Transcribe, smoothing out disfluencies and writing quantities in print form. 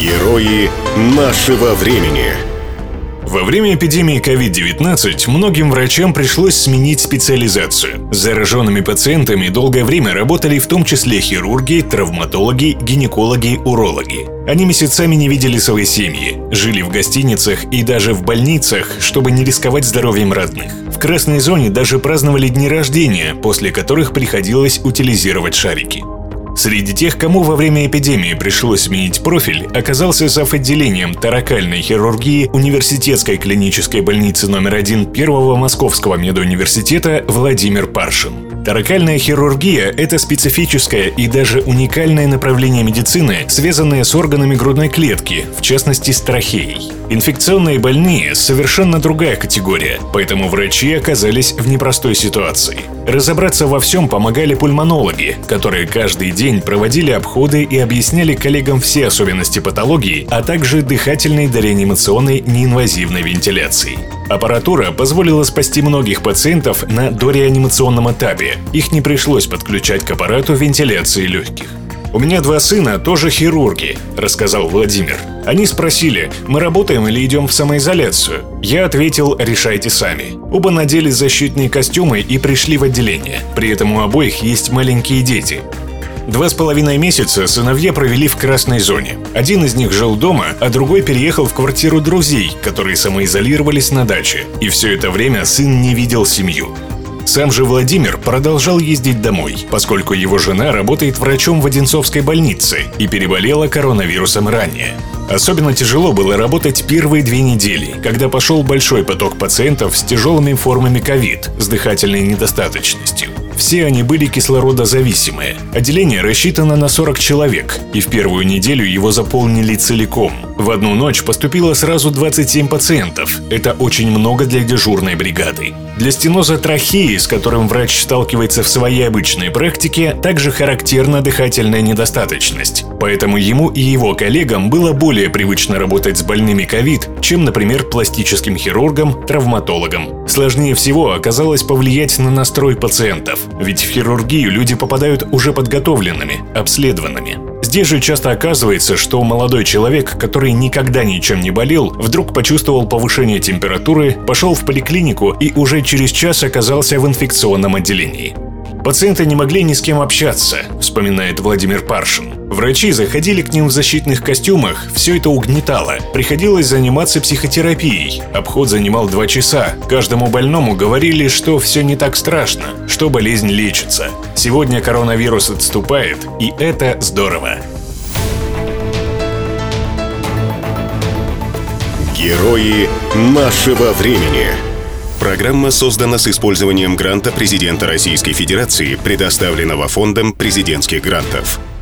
Герои нашего времени. Во время эпидемии COVID-19 многим врачам пришлось сменить специализацию. С зараженными пациентами долгое время работали в том числе хирурги, травматологи, гинекологи, урологи. Они месяцами не видели свои семьи, жили в гостиницах и даже в больницах, чтобы не рисковать здоровьем родных. В красной зоне даже праздновали дни рождения, после которых приходилось утилизировать шарики. Среди тех, кому во время эпидемии пришлось сменить профиль, оказался зав. Отделением торакальной хирургии Университетской клинической больницы номер 1 Первого Московского медуниверситета Владимир Паршин. Торакальная хирургия – это специфическое и даже уникальное направление медицины, связанное с органами грудной клетки, в частности с трахеей. Инфекционные больные – совершенно другая категория, поэтому врачи оказались в непростой ситуации. Разобраться во всем помогали пульмонологи, которые каждый день проводили обходы и объясняли коллегам все особенности патологии, а также дыхательной дореанимационной неинвазивной вентиляции. Аппаратура позволила спасти многих пациентов на дореанимационном этапе. Их не пришлось подключать к аппарату вентиляции легких. «У меня 2 сына, тоже хирурги», — рассказал Владимир. Они спросили, мы работаем или идем в самоизоляцию. Я ответил, решайте сами. Оба надели защитные костюмы и пришли в отделение. При этом у обоих есть маленькие дети. 2,5 месяца сыновья провели в красной зоне. Один из них жил дома, а другой переехал в квартиру друзей, которые самоизолировались на даче. И все это время сын не видел семью. Сам же Владимир продолжал ездить домой, поскольку его жена работает врачом в Одинцовской больнице и переболела коронавирусом ранее. Особенно тяжело было работать первые 2 недели, когда пошел большой поток пациентов с тяжелыми формами ковид с дыхательной недостаточностью. Все они были кислородозависимые. Отделение рассчитано на 40 человек, и в первую неделю его заполнили целиком. В одну ночь поступило сразу 27 пациентов. Это очень много для дежурной бригады. Для стеноза трахеи, с которым врач сталкивается в своей обычной практике, также характерна дыхательная недостаточность. Поэтому ему и его коллегам было более привычно работать с больными ковид, чем, например, пластическим хирургам, травматологам. Сложнее всего оказалось повлиять на настрой пациентов, ведь в хирургию люди попадают уже подготовленными, обследованными. Здесь же часто оказывается, что молодой человек, который никогда ничем не болел, вдруг почувствовал повышение температуры, пошел в поликлинику и уже через час оказался в инфекционном отделении. Пациенты не могли ни с кем общаться, вспоминает Владимир Паршин. Врачи заходили к ним в защитных костюмах, все это угнетало. Приходилось заниматься психотерапией. Обход занимал 2 часа. Каждому больному говорили, что все не так страшно, что болезнь лечится. Сегодня коронавирус отступает, и это здорово. Герои нашего времени. Программа создана с использованием гранта президента Российской Федерации, предоставленного Фондом президентских грантов.